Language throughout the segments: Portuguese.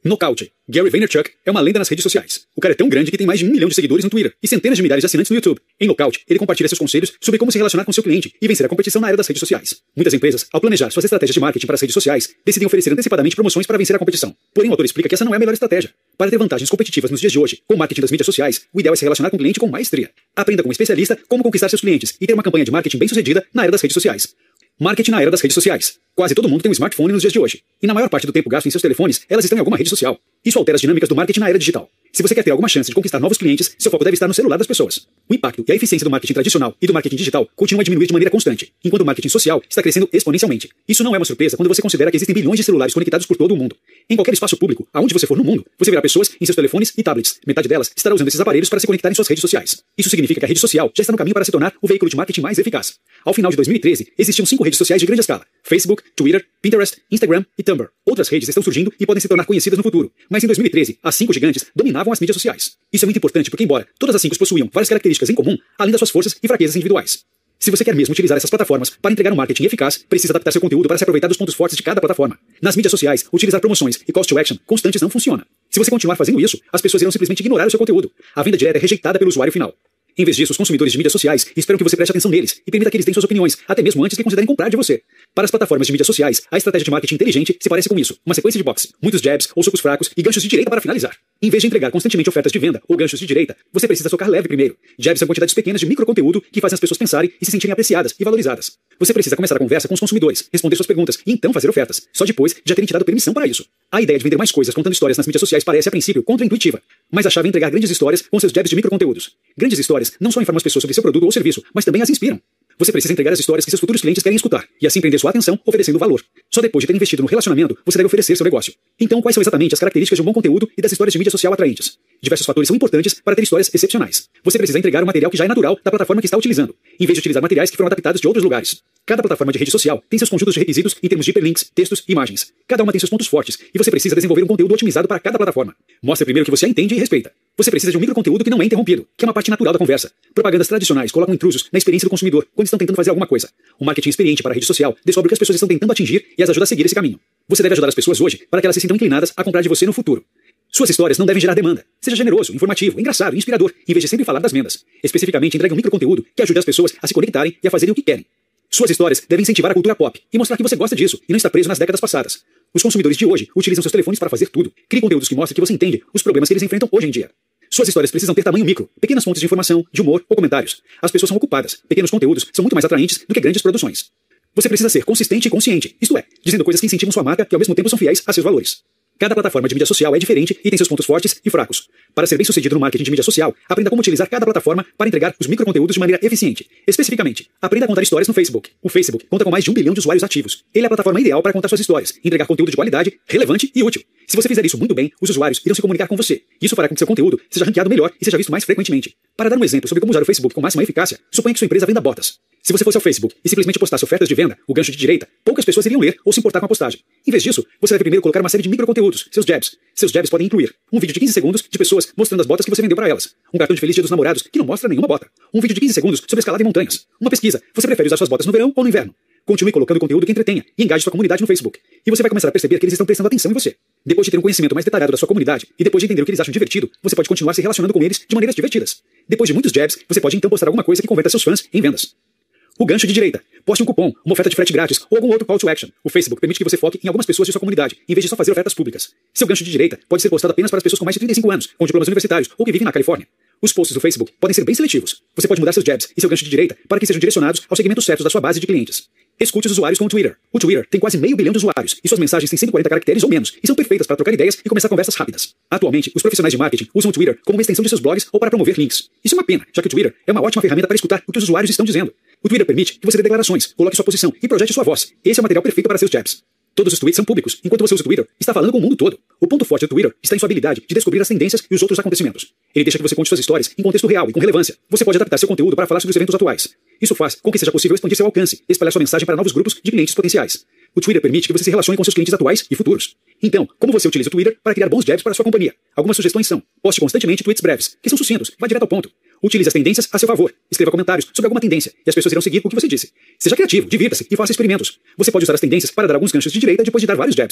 Nocaute. Gary Vaynerchuk é uma lenda nas redes sociais. O cara é tão grande que tem mais de 1 milhão de seguidores no Twitter e centenas de milhares de assinantes no YouTube. Em Nocaute, ele compartilha seus conselhos sobre como se relacionar com seu cliente e vencer a competição na era das redes sociais. Muitas empresas, ao planejar suas estratégias de marketing para as redes sociais, decidem oferecer antecipadamente promoções para vencer a competição. Porém, o autor explica que essa não é a melhor estratégia. Para ter vantagens competitivas nos dias de hoje, com o marketing das mídias sociais, o ideal é se relacionar com o cliente com maestria. Aprenda com um especialista como conquistar seus clientes e ter uma campanha de marketing bem-sucedida na era das redes sociais. Marketing na era das redes sociais. Quase todo mundo tem um smartphone nos dias de hoje. E na maior parte do tempo gasto em seus telefones, elas estão em alguma rede social. Isso altera as dinâmicas do marketing na era digital. Se você quer ter alguma chance de conquistar novos clientes, seu foco deve estar no celular das pessoas. O impacto e a eficiência do marketing tradicional e do marketing digital continuam a diminuir de maneira constante, enquanto o marketing social está crescendo exponencialmente. Isso não é uma surpresa quando você considera que existem bilhões de celulares conectados por todo o mundo. Em qualquer espaço público, aonde você for no mundo, você verá pessoas em seus telefones e tablets. Metade delas estará usando esses aparelhos para se conectar em suas redes sociais. Isso significa que a rede social já está no caminho para se tornar o veículo de marketing mais eficaz. Ao final de 2013, existiam 5 redes sociais de grande escala: Facebook, Twitter, Pinterest, Instagram e Tumblr. Outras redes estão surgindo e podem se tornar conhecidas no futuro. Mas em 2013, as 5 gigantes dominavam as mídias sociais. Isso é muito importante porque, embora todas as 5 possuíam várias características em comum, além das suas forças e fraquezas individuais. Se você quer mesmo utilizar essas plataformas para entregar um marketing eficaz, precisa adaptar seu conteúdo para se aproveitar dos pontos fortes de cada plataforma. Nas mídias sociais, utilizar promoções e call to action constantes não funciona. Se você continuar fazendo isso, as pessoas irão simplesmente ignorar o seu conteúdo. A venda direta é rejeitada pelo usuário final. Em vez disso, os consumidores de mídias sociais esperam que você preste atenção neles e permita que eles deem suas opiniões, até mesmo antes que considerem comprar de você. Para as plataformas de mídias sociais, a estratégia de marketing inteligente se parece com isso: uma sequência de boxe, muitos jabs ou socos fracos e ganchos de direita para finalizar. Em vez de entregar constantemente ofertas de venda ou ganchos de direita, você precisa socar leve primeiro. Jabs são quantidades pequenas de microconteúdo que fazem as pessoas pensarem e se sentirem apreciadas e valorizadas. Você precisa começar a conversa com os consumidores, responder suas perguntas e então fazer ofertas, só depois de já terem te dado permissão para isso. A ideia de vender mais coisas contando histórias nas mídias sociais parece, a princípio, contra-intuitiva, mas a chave é entregar grandes histórias com seus jabs de microconteúdos. Grandes histórias não só informam as pessoas sobre seu produto ou serviço, mas também as inspiram. Você precisa entregar as histórias que seus futuros clientes querem escutar, e assim prender sua atenção, oferecendo valor. Só depois de ter investido no relacionamento, você deve oferecer seu negócio. Então, quais são exatamente as características de um bom conteúdo e das histórias de mídia social atraentes? Diversos fatores são importantes para ter histórias excepcionais. Você precisa entregar o material que já é natural da plataforma que está utilizando, em vez de utilizar materiais que foram adaptados de outros lugares. Cada plataforma de rede social tem seus conjuntos de requisitos em termos de hiperlinks, textos e imagens. Cada uma tem seus pontos fortes, e você precisa desenvolver um conteúdo otimizado para cada plataforma. Mostre primeiro que você a entende e respeita. Você precisa de um microconteúdo que não é interrompido, que é uma parte natural da conversa. Propagandas tradicionais colocam intrusos na experiência do consumidor quando estão tentando fazer alguma coisa. O marketing experiente para a rede social descobre o que as pessoas estão tentando atingir e as ajuda a seguir esse caminho. Você deve ajudar as pessoas hoje para que elas se sintam inclinadas a comprar de você no futuro. Suas histórias não devem gerar demanda. Seja generoso, informativo, engraçado e inspirador, em vez de sempre falar das vendas. Especificamente, entregue um microconteúdo que ajude as pessoas a se conectarem e a fazerem o que querem. Suas histórias devem incentivar a cultura pop e mostrar que você gosta disso e não está preso nas décadas passadas. Os consumidores de hoje utilizam seus telefones para fazer tudo. Crie conteúdos que mostrem que você entende os problemas que eles enfrentam hoje em dia. Suas histórias precisam ter tamanho micro, pequenas fontes de informação, de humor ou comentários. As pessoas são ocupadas. Pequenos conteúdos são muito mais atraentes do que grandes produções. Você precisa ser consistente e consciente, isto é, dizendo coisas que incentivam sua marca e ao mesmo tempo são fiéis a seus valores. Cada plataforma de mídia social é diferente e tem seus pontos fortes e fracos. Para ser bem-sucedido no marketing de mídia social, aprenda como utilizar cada plataforma para entregar os microconteúdos de maneira eficiente. Especificamente, aprenda a contar histórias no Facebook. O Facebook conta com mais de 1 bilhão de usuários ativos. Ele é a plataforma ideal para contar suas histórias, entregar conteúdo de qualidade, relevante e útil. Se você fizer isso muito bem, os usuários irão se comunicar com você. Isso fará com que seu conteúdo seja ranqueado melhor e seja visto mais frequentemente. Para dar um exemplo sobre como usar o Facebook com máxima eficácia, suponha que sua empresa venda botas. Se você fosse ao Facebook e simplesmente postasse ofertas de venda, o gancho de direita, poucas pessoas iriam ler ou se importar com a postagem. Em vez disso, você deve primeiro colocar uma série de microconteúdos, seus jabs. Seus jabs podem incluir um vídeo de 15 segundos de pessoas mostrando as botas que você vendeu para elas, um cartão de Feliz Dia dos Namorados que não mostra nenhuma bota, um vídeo de 15 segundos sobre escalada em montanhas, uma pesquisa: você prefere usar suas botas no verão ou no inverno? Continue colocando conteúdo que entretenha e engaje sua comunidade no Facebook. E você vai começar a perceber que eles estão prestando atenção em você. Depois de ter um conhecimento mais detalhado da sua comunidade e depois de entender o que eles acham divertido, você pode continuar se relacionando com eles de maneiras divertidas. Depois de muitos jabs, você pode então postar alguma coisa que converta seus fãs em vendas. O gancho de direita. Poste um cupom, uma oferta de frete grátis ou algum outro call to action. O Facebook permite que você foque em algumas pessoas de sua comunidade, em vez de só fazer ofertas públicas. Seu gancho de direita pode ser postado apenas para as pessoas com mais de 35 anos, com diplomas universitários ou que vivem na Califórnia. Os posts do Facebook podem ser bem seletivos. Você pode mudar seus jabs e seu gancho de direita para que sejam direcionados aos segmentos certos da sua base de clientes. Escute os usuários com o Twitter. O Twitter tem quase meio bilhão de usuários e suas mensagens têm 140 caracteres ou menos e são perfeitas para trocar ideias e começar conversas rápidas. Atualmente, os profissionais de marketing usam o Twitter como uma extensão de seus blogs ou para promover links. Isso é uma pena, já que o Twitter é uma ótima ferramenta para escutar o que os usuários estão dizendo. O Twitter permite que você dê declarações, coloque sua posição e projete sua voz. Esse é o material perfeito para seus jabs. Todos os tweets são públicos, enquanto você usa o Twitter, está falando com o mundo todo. O ponto forte do Twitter está em sua habilidade de descobrir as tendências e os outros acontecimentos. Ele deixa que você conte suas histórias em contexto real e com relevância. Você pode adaptar seu conteúdo para falar sobre os eventos atuais. Isso faz com que seja possível expandir seu alcance e espalhar sua mensagem para novos grupos de clientes potenciais. O Twitter permite que você se relacione com seus clientes atuais e futuros. Então, como você utiliza o Twitter para criar bons jabs para sua companhia? Algumas sugestões são: poste constantemente tweets breves, que são sucintos, vá direto ao ponto. Utilize as tendências a seu favor. Escreva comentários sobre alguma tendência e as pessoas irão seguir o que você disse. Seja criativo, divirta-se e faça experimentos. Você pode usar as tendências para dar alguns ganchos de direita depois de dar vários jabs.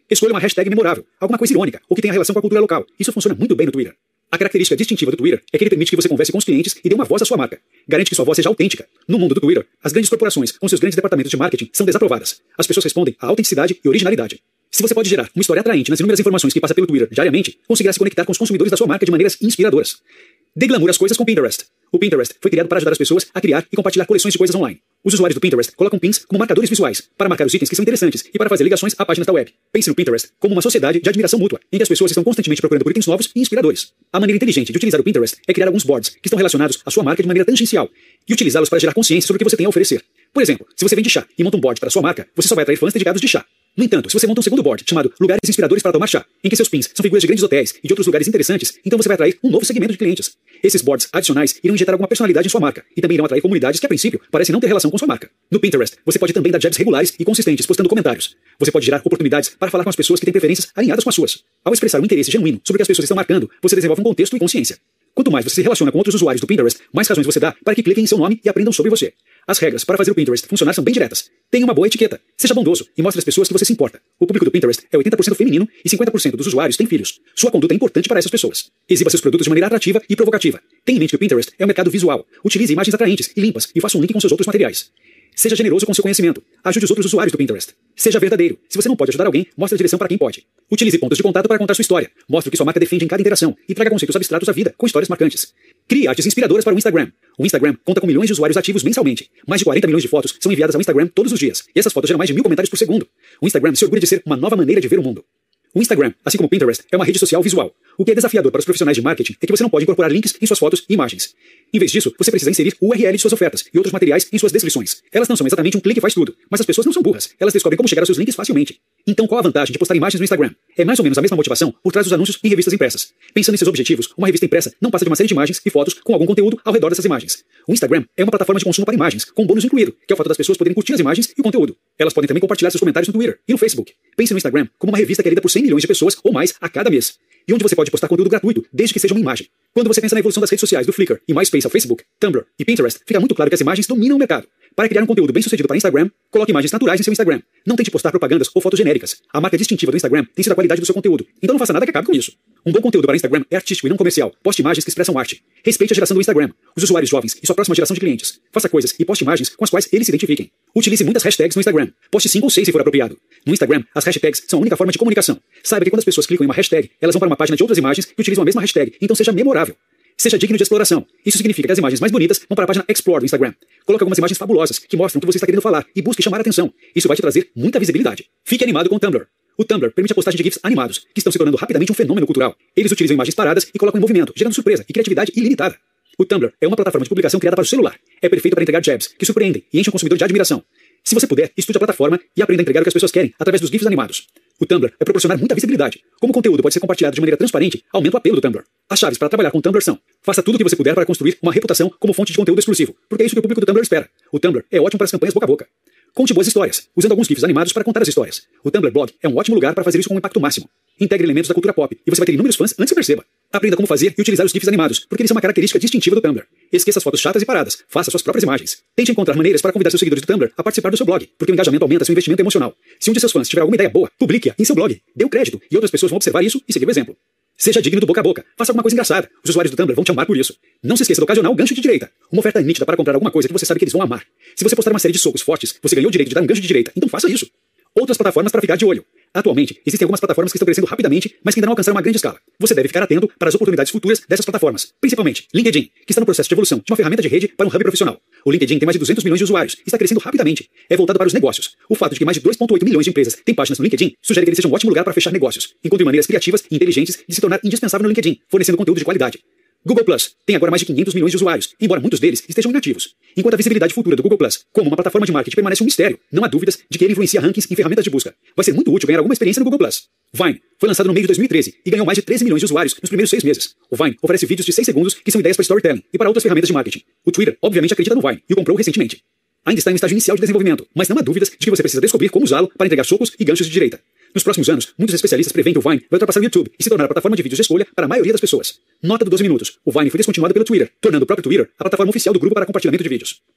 Escolha uma hashtag memorável, alguma coisa irônica, ou que tenha relação com a cultura local. Isso funciona muito bem no Twitter. A característica distintiva do Twitter é que ele permite que você converse com os clientes e dê uma voz à sua marca. Garante que sua voz seja autêntica. No mundo do Twitter, as grandes corporações, com seus grandes departamentos de marketing, são desaprovadas. As pessoas respondem à autenticidade e originalidade. Se você pode gerar uma história atraente nas inúmeras informações que passa pelo Twitter diariamente, conseguirá se conectar com os consumidores da sua marca de maneiras inspiradoras. Dê glamour às coisas com Pinterest. O Pinterest foi criado para ajudar as pessoas a criar e compartilhar coleções de coisas online. Os usuários do Pinterest colocam pins como marcadores visuais para marcar os itens que são interessantes e para fazer ligações a páginas da web. Pense no Pinterest como uma sociedade de admiração mútua, em que as pessoas estão constantemente procurando por itens novos e inspiradores. A maneira inteligente de utilizar o Pinterest é criar alguns boards que estão relacionados à sua marca de maneira tangencial e utilizá-los para gerar consciência sobre o que você tem a oferecer. Por exemplo, se você vende chá e monta um board para sua marca, você só vai atrair fãs dedicados de chá. No entanto, se você monta um segundo board chamado Lugares Inspiradores para Tomar Chá, em que seus pins são figuras de grandes hotéis e de outros lugares interessantes, então você vai atrair um novo segmento de clientes. Esses boards adicionais irão injetar alguma personalidade em sua marca e também irão atrair comunidades que, a princípio, parecem não ter relação com sua marca. No Pinterest, você pode também dar jabs regulares e consistentes postando comentários. Você pode gerar oportunidades para falar com as pessoas que têm preferências alinhadas com as suas. Ao expressar um interesse genuíno sobre o que as pessoas estão marcando, você desenvolve um contexto e consciência. Quanto mais você se relaciona com outros usuários do Pinterest, mais razões você dá para que cliquem em seu nome e aprendam sobre você. As regras para fazer o Pinterest funcionar são bem diretas. Tenha uma boa etiqueta, seja bondoso e mostre às pessoas que você se importa. O público do Pinterest é 80% feminino e 50% dos usuários têm filhos. Sua conduta é importante para essas pessoas. Exiba seus produtos de maneira atrativa e provocativa. Tenha em mente que o Pinterest é um mercado visual. Utilize imagens atraentes e limpas e faça um link com seus outros materiais. Seja generoso com seu conhecimento. Ajude os outros usuários do Pinterest. Seja verdadeiro. Se você não pode ajudar alguém, mostre a direção para quem pode. Utilize pontos de contato para contar sua história. Mostre o que sua marca defende em cada interação e traga conceitos abstratos à vida com histórias marcantes. Crie artes inspiradoras para o Instagram. O Instagram conta com milhões de usuários ativos mensalmente. Mais de 40 milhões de fotos são enviadas ao Instagram todos os dias. E essas fotos geram mais de 1000 comentários por segundo. O Instagram se orgulha de ser uma nova maneira de ver o mundo. O Instagram, assim como o Pinterest, é uma rede social visual. O que é desafiador para os profissionais de marketing é que você não pode incorporar links em suas fotos e imagens. Em vez disso, você precisa inserir o URL de suas ofertas e outros materiais em suas descrições. Elas não são exatamente um clique faz tudo, mas as pessoas não são burras. Elas descobrem como chegar aos seus links facilmente. Então qual a vantagem de postar imagens no Instagram? É mais ou menos a mesma motivação por trás dos anúncios em revistas impressas. Pensando em seus objetivos, uma revista impressa não passa de uma série de imagens e fotos com algum conteúdo ao redor dessas imagens. O Instagram é uma plataforma de consumo para imagens, com um bônus incluído, que é o fato das pessoas poderem curtir as imagens e o conteúdo. Elas podem também compartilhar seus comentários no Twitter e no Facebook. Pense no Instagram como uma revista que é lida por 100 milhões de pessoas ou mais a cada mês. E onde você pode postar conteúdo gratuito, desde que seja uma imagem. Quando você pensa na evolução das redes sociais do Flickr e MySpace ao Facebook, Tumblr e Pinterest, fica muito claro que as imagens dominam o mercado. Para criar um conteúdo bem sucedido para Instagram, coloque imagens naturais em seu Instagram. Não tente postar propagandas ou fotos genéricas. A marca distintiva do Instagram tem sido a qualidade do seu conteúdo. Então não faça nada que acabe com isso. Um bom conteúdo para Instagram é artístico e não comercial. Poste imagens que expressam arte. Respeite a geração do Instagram, os usuários jovens e sua próxima geração de clientes. Faça coisas e poste imagens com as quais eles se identifiquem. Utilize muitas hashtags no Instagram. Poste 5 ou 6 se for apropriado. No Instagram, as hashtags são a única forma de comunicação. Saiba que quando as pessoas clicam em uma hashtag, elas vão para uma página de outras imagens que utilizam a mesma hashtag. Então seja memorável. Seja digno de exploração. Isso significa que as imagens mais bonitas vão para a página Explore do Instagram. Coloque algumas imagens fabulosas que mostram o que você está querendo falar e busque chamar a atenção. Isso vai te trazer muita visibilidade. Fique animado com o Tumblr. O Tumblr permite a postagem de GIFs animados, que estão se tornando rapidamente um fenômeno cultural. Eles utilizam imagens paradas e colocam em movimento, gerando surpresa e criatividade ilimitada. O Tumblr é uma plataforma de publicação criada para o celular. É perfeito para entregar jabs, que surpreendem e enchem o consumidor de admiração. Se você puder, estude a plataforma e aprenda a entregar o que as pessoas querem através dos GIFs animados. O Tumblr vai proporcionar muita visibilidade. Como o conteúdo pode ser compartilhado de maneira transparente, aumenta o apelo do Tumblr. As chaves para trabalhar com o Tumblr são: faça tudo o que você puder para construir uma reputação como fonte de conteúdo exclusivo, porque é isso que o público do Tumblr espera. O Tumblr é ótimo para as campanhas boca a boca. Conte boas histórias, usando alguns GIFs animados para contar as histórias. O Tumblr Blog é um ótimo lugar para fazer isso com um impacto máximo. Integre elementos da cultura pop e você vai ter inúmeros fãs antes que perceba. Aprenda como fazer e utilizar os GIFs animados, porque eles são uma característica distintiva do Tumblr. Esqueça as fotos chatas e paradas. Faça suas próprias imagens. Tente encontrar maneiras para convidar seus seguidores do Tumblr a participar do seu blog, porque o engajamento aumenta seu investimento emocional. Se um de seus fãs tiver alguma ideia boa, publique-a em seu blog. Dê o crédito e outras pessoas vão observar isso e seguir o exemplo. Seja digno do boca a boca. Faça alguma coisa engraçada. Os usuários do Tumblr vão te amar por isso. Não se esqueça do ocasional gancho de direita. Uma oferta nítida para comprar alguma coisa que você sabe que eles vão amar. Se você postar uma série de socos fortes, você ganhou o direito de dar um gancho de direita. Então faça isso. Outras plataformas para ficar de olho. Atualmente, existem algumas plataformas que estão crescendo rapidamente, mas que ainda não alcançaram uma grande escala. Você deve ficar atento para as oportunidades futuras dessas plataformas. Principalmente, LinkedIn, que está no processo de evolução de uma ferramenta de rede para um hub profissional. O LinkedIn tem mais de 200 milhões de usuários e está crescendo rapidamente. É voltado para os negócios. O fato de que mais de 2,8 milhões de empresas têm páginas no LinkedIn sugere que ele seja um ótimo lugar para fechar negócios. Encontre maneiras criativas e inteligentes de se tornar indispensável no LinkedIn, fornecendo conteúdo de qualidade. Google Plus tem agora mais de 500 milhões de usuários, embora muitos deles estejam inativos. Enquanto a visibilidade futura do Google Plus, como uma plataforma de marketing, permanece um mistério, não há dúvidas de que ele influencia rankings e ferramentas de busca. Vai ser muito útil ganhar alguma experiência no Google Plus. Vine foi lançado no meio de 2013 e ganhou mais de 13 milhões de usuários nos primeiros 6 meses. O Vine oferece vídeos de 6 segundos que são ideias para storytelling e para outras ferramentas de marketing. O Twitter, obviamente, acredita no Vine e o comprou recentemente. Ainda está em um estágio inicial de desenvolvimento, mas não há dúvidas de que você precisa descobrir como usá-lo para entregar socos e ganchos de direita. Nos próximos anos, muitos especialistas preveem que o Vine vai ultrapassar o YouTube e se tornar a plataforma de vídeos de escolha para a maioria das pessoas. Nota do 12 minutos. O Vine foi descontinuado pelo Twitter, tornando o próprio Twitter a plataforma oficial do grupo para compartilhamento de vídeos.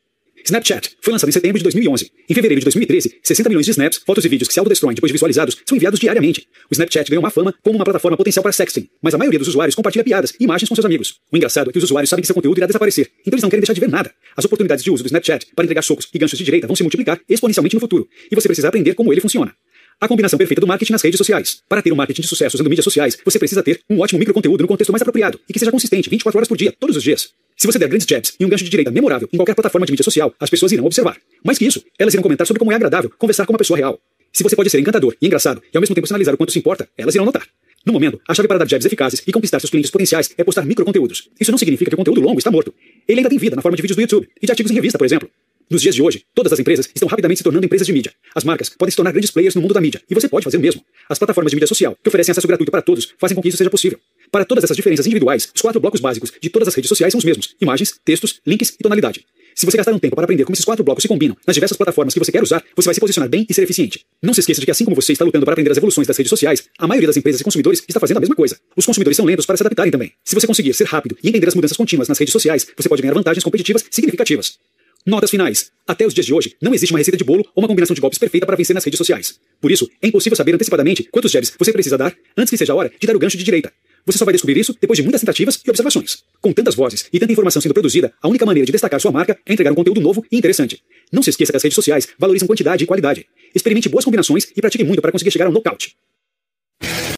Snapchat foi lançado em setembro de 2011. Em fevereiro de 2013, 60 milhões de snaps, fotos e vídeos que se autodestroem depois de visualizados são enviados diariamente. O Snapchat ganhou uma fama como uma plataforma potencial para sexting, mas a maioria dos usuários compartilha piadas e imagens com seus amigos. O engraçado é que os usuários sabem que seu conteúdo irá desaparecer, então eles não querem deixar de ver nada. As oportunidades de uso do Snapchat para entregar socos e ganchos de direita vão se multiplicar exponencialmente no futuro, e você precisa aprender como ele funciona. A combinação perfeita do marketing nas redes sociais. Para ter um marketing de sucesso usando mídias sociais, você precisa ter um ótimo microconteúdo no contexto mais apropriado e que seja consistente 24 horas por dia, todos os dias. Se você der grandes jabs e um gancho de direita memorável em qualquer plataforma de mídia social, as pessoas irão observar. Mais que isso, elas irão comentar sobre como é agradável conversar com uma pessoa real. Se você pode ser encantador e engraçado e ao mesmo tempo sinalizar o quanto se importa, elas irão notar. No momento, a chave para dar jabs eficazes e conquistar seus clientes potenciais é postar microconteúdos. Isso não significa que o conteúdo longo está morto. Ele ainda tem vida na forma de vídeos do YouTube e de artigos em revista, por exemplo. Nos dias de hoje, todas as empresas estão rapidamente se tornando empresas de mídia. As marcas podem se tornar grandes players no mundo da mídia, e você pode fazer o mesmo. As plataformas de mídia social, que oferecem acesso gratuito para todos, fazem com que isso seja possível. Para todas essas diferenças individuais, os 4 blocos básicos de todas as redes sociais são os mesmos: imagens, textos, links e tonalidade. Se você gastar um tempo para aprender como esses 4 blocos se combinam nas diversas plataformas que você quer usar, você vai se posicionar bem e ser eficiente. Não se esqueça de que assim como você está lutando para aprender as evoluções das redes sociais, a maioria das empresas e consumidores está fazendo a mesma coisa. Os consumidores são lentos para se adaptarem também. Se você conseguir ser rápido e entender as mudanças contínuas nas redes sociais, você pode ganhar vantagens competitivas significativas. Notas finais. Até os dias de hoje, não existe uma receita de bolo ou uma combinação de golpes perfeita para vencer nas redes sociais. Por isso, é impossível saber antecipadamente quantos jabs você precisa dar antes que seja a hora de dar o gancho de direita. Você só vai descobrir isso depois de muitas tentativas e observações. Com tantas vozes e tanta informação sendo produzida, a única maneira de destacar sua marca é entregar um conteúdo novo e interessante. Não se esqueça que as redes sociais valorizam quantidade e qualidade. Experimente boas combinações e pratique muito para conseguir chegar ao nocaute.